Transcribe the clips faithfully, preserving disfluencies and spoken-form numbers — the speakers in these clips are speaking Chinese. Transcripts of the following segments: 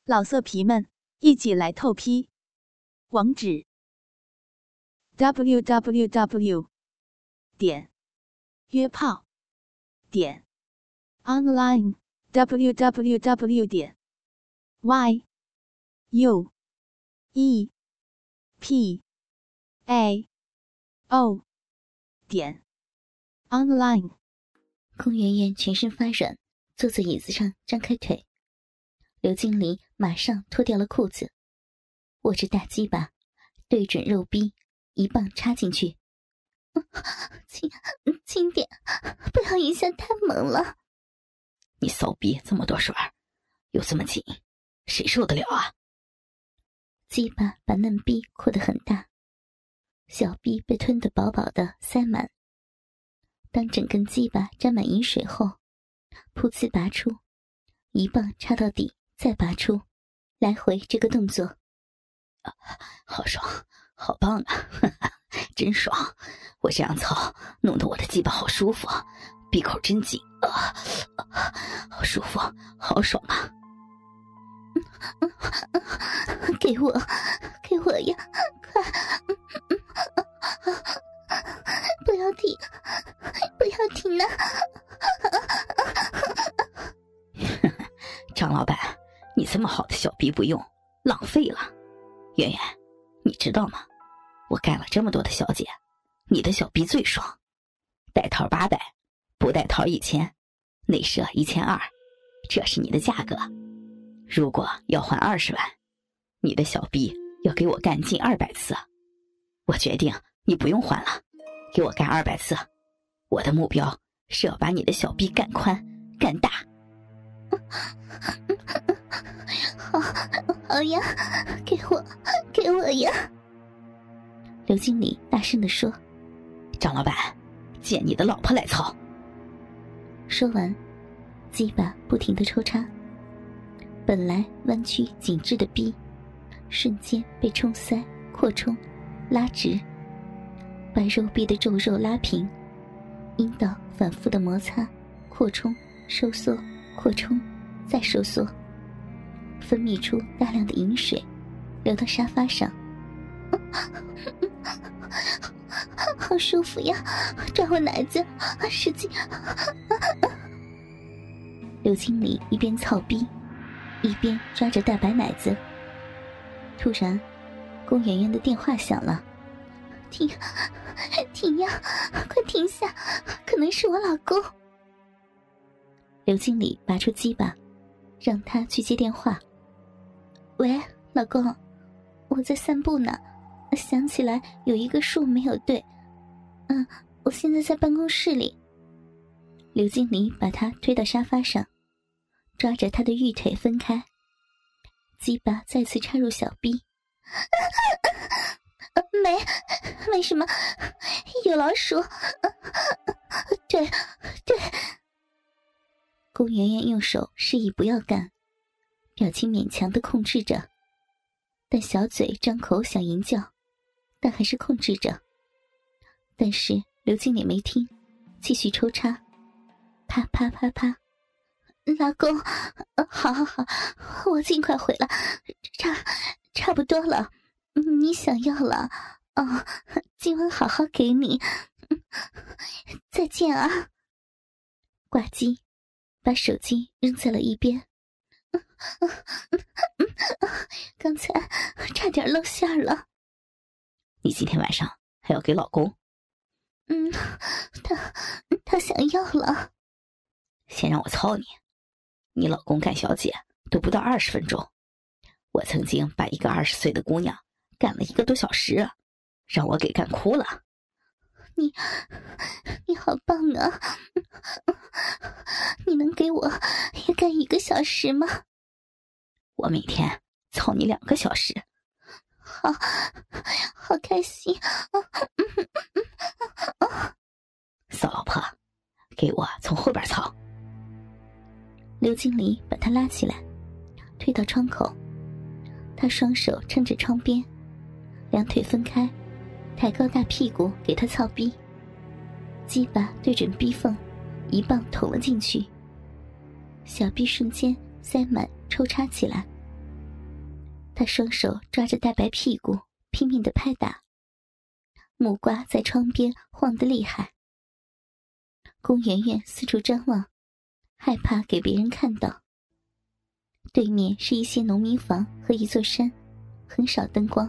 老色皮们，一起来透批！网址 ：double u double u double u 点约炮点 online double u double u double u 点 y u e p a o 点 online。 龚媛媛全身发软，坐在椅子上张开腿。刘经理马上脱掉了裤子，握着大鸡巴对准肉壁，一棒插进去。轻轻点，不要一下太猛了。 你骚逼这么多水儿，又这么紧，谁受得了啊？ 鸡巴把嫩逼扩得很大，小逼被吞得饱饱的塞满。当整根鸡巴沾满饮水后，噗呲拔出，一棒插到底再拔出，来回这个动作。 啊，好爽，好棒啊，呵呵，真爽！我这样操，弄得我的鸡巴好舒服，闭口真紧啊，啊，好舒服，好爽啊！ 给我，给我呀，快！不要停，不要停啊！ 张老板，你这么好的小逼不用，浪费了。圆圆，你知道吗？我干了这么多的小姐，你的小逼最爽。带套八百，不带套一千，内射一千二，这是你的价格。如果要还二十万，你的小逼要给我干近二百次。我决定你不用还了，给我干二百次。我的目标是要把你的小逼干宽干大。 好，好呀，给我，给我呀！刘经理大声地说：“ 张老板，见你的老婆来操。” 说完，鸡巴不停地抽插，本来弯曲紧致的逼，瞬间被冲塞、扩充、拉直，把肉壁的皱肉拉平，阴道反复的摩擦、扩充、收缩、扩充，再收缩，分泌出大量的饮水，流到沙发上。好舒服呀，抓我奶子，使劲！刘经理一边操逼，一边抓着大白奶子。突然，龚媛媛的电话响了。停，停呀，快停下，可能是我老公。刘经理拔出鸡巴，让他去接电话。喂，老公，我在散步呢，想起来有一个数没有对。嗯，我现在在办公室里。刘经理把他推到沙发上，抓着他的玉腿分开，鸡巴再次插入小臂。没，没什么，有老鼠。对，对。龚媛媛用手示意不要干，表情勉强地控制着，但小嘴张口想淫叫，但还是控制着。但是刘经理没听，继续抽插，啪啪啪啪。老公，好好好，我尽快回来，差差不多了，你想要了，哦，今晚好好给你，再见啊。挂机，把手机扔在了一边。刚才差点露馅了。 你今天晚上还要给老公？ 嗯，他他想要了。 先让我操你，你老公干小姐都不到二十分钟，我曾经把一个二十岁的姑娘干了一个多小时，让我给干哭了。 你你好棒啊！你能给我也干一个小时吗？ 我每天操你两个小时。 好，好开心！ 骚老婆，给我从后边操。 刘经理把他拉起来，推到窗口，他双手撑着窗边，两腿分开，抬高大屁股给他操逼，鸡巴对准逼缝，一棒捅了进去，小臂瞬间塞满抽插起来， 他双手抓着大白屁股拼命地拍打，木瓜在窗边晃得厉害。龚媛媛四处张望，害怕给别人看到。对面是一些农民房和一座山，很少灯光。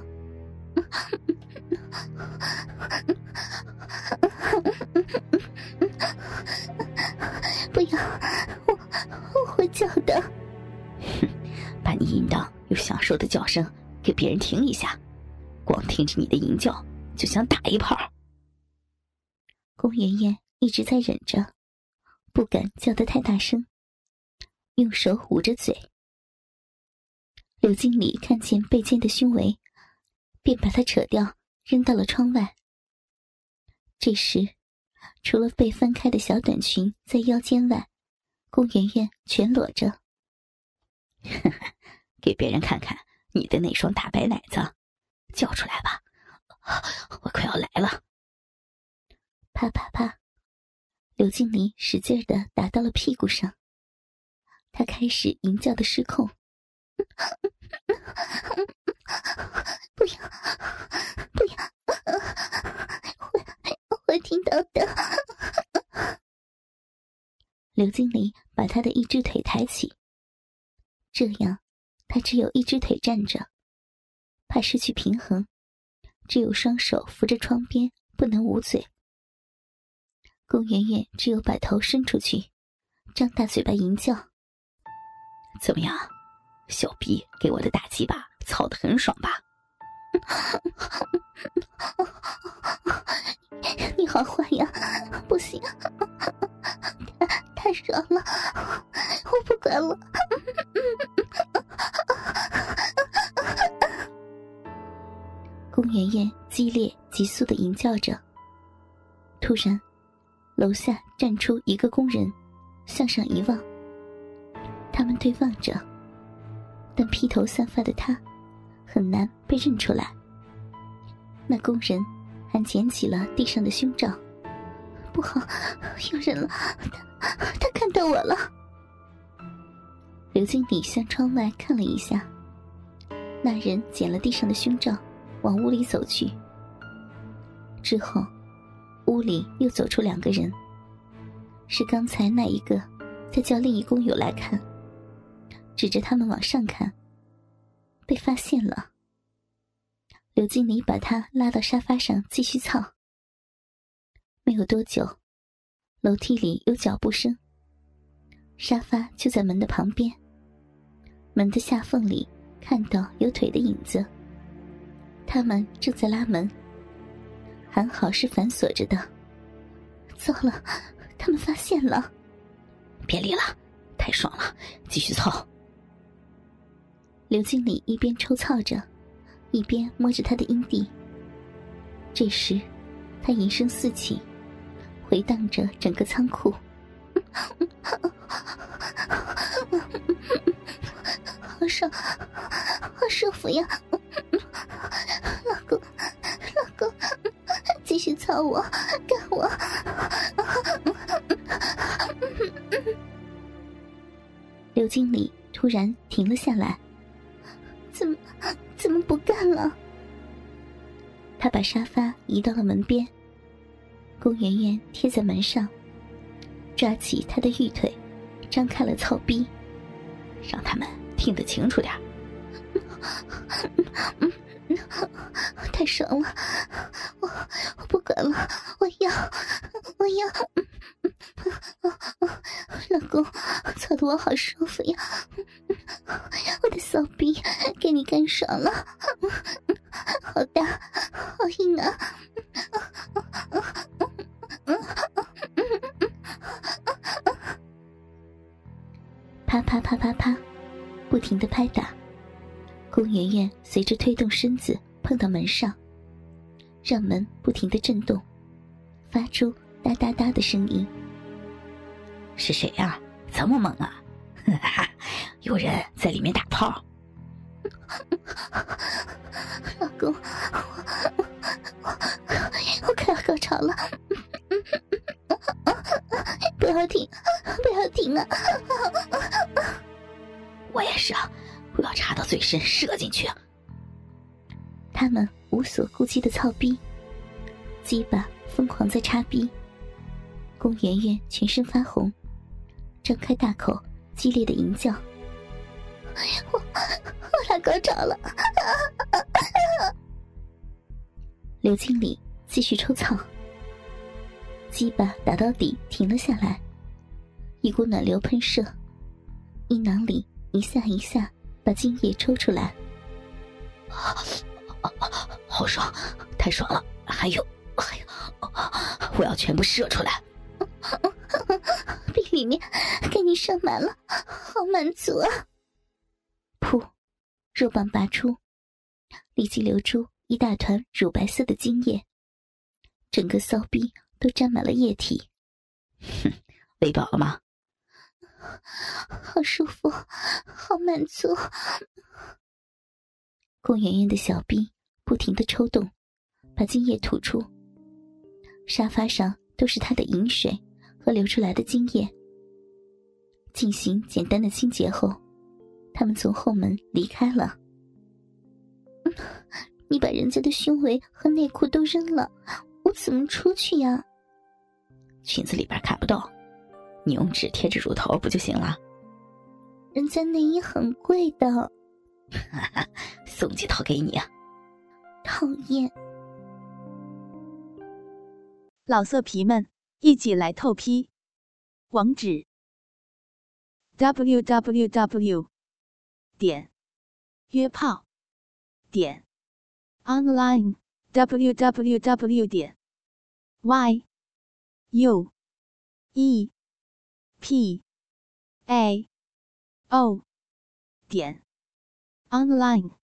不要，我我会叫的。 哼，把你淫荡又享受的叫声给别人听一下，光听着你的淫叫就想打一炮。 龚媛媛一直在忍着，不敢叫得太大声，用手捂着嘴。刘经理看见背肩的胸围，便把它扯掉，扔到了窗外。这时，除了被翻开的小短裙在腰间外，龚媛媛全裸着。 给别人看看你的那双大白奶子，叫出来吧，我快要来了。 啪啪啪，刘经理使劲地打到了屁股上。他开始淫叫的失控。不要，不要，会会听到的。刘经理把他的一只腿抬起，这样他只有一只腿站着，怕失去平衡，只有双手扶着窗边，不能捂嘴。龚媛媛只有把头伸出去，张大嘴巴淫叫。 怎么样，小逼给我的大鸡巴操得很爽吧？ 你好坏呀，不行，太太爽了，我不管了。龚媛媛激烈急速地淫叫着。突然楼下站出一个工人，向上一望，他们对望着，但披头散发的他很难被认出来。那工人还捡起了地上的胸罩。不好，有人了，他他看到我了。刘经理向窗外看了一下，那人捡了地上的胸罩，往屋里走去。之后屋里又走出两个人，是刚才那一个在叫另一工友来看，指着他们往上看，被发现了。刘经理把他拉到沙发上继续操。没有多久，楼梯里有脚步声，沙发就在门的旁边，门的下缝里看到有腿的影子，他们正在拉门，还好是反锁着的。糟了，他们发现了。 别理了，太爽了，继续操。 刘经理一边抽操着，一边摸着他的阴蒂。这时他淫声四起，回荡着整个仓库。好爽，好舒服呀！老公，老公，继续操我，干我！刘经理突然停了下来，怎么怎么不干了？他把沙发移到了门边，龚媛媛贴在门上，抓起他的玉腿，张开了操逼， 让他们听得清楚点。 太爽了，我我不管了，我要我要，老公，操得我好舒服呀！我的骚逼给你干爽了，好大，好硬啊！啪啪啪啪啪，不停地拍打。龚媛媛随着推动身子碰到门上，让门不停地震动，发出哒哒哒的声音。 是谁呀？这么猛啊！有人在里面打炮。 老公，我我我快要高潮了，不要停，不要停啊！ 我也是啊， 我要插到最深，射进去。 他们无所顾忌的操逼，鸡巴疯狂在插逼。龚圆圆全身发红，张开大口，激烈的吟叫：“我我来高潮了！”刘经理继续抽草，鸡巴打到底停了下来，一股暖流喷射，阴囊里一下一下把精液抽出来。 好爽，太爽了！还有还有，我要全部射出来。 比里面给你射满了，好满足啊！噗，肉棒拔出，立即流出一大团乳白色的精液，整个骚逼都沾满了液体。 哼，喂饱了吗？ 好舒服，好满足。龚圆圆的小逼不停地抽动，把精液吐出，沙发上都是她的饮水和流出来的精液。进行简单的清洁后，他们从后门离开了。你把人家的胸围和内裤都扔了，我怎么出去呀？ 裙子里边看不到，你用纸贴着乳头不就行了？ 人家内衣很贵的。 送几套给你啊！ 讨厌！ 老色皮们，一起来透批！网址 ：double u double u double u 点约炮点 online double u double u double u 点 y u e p a o 点 online。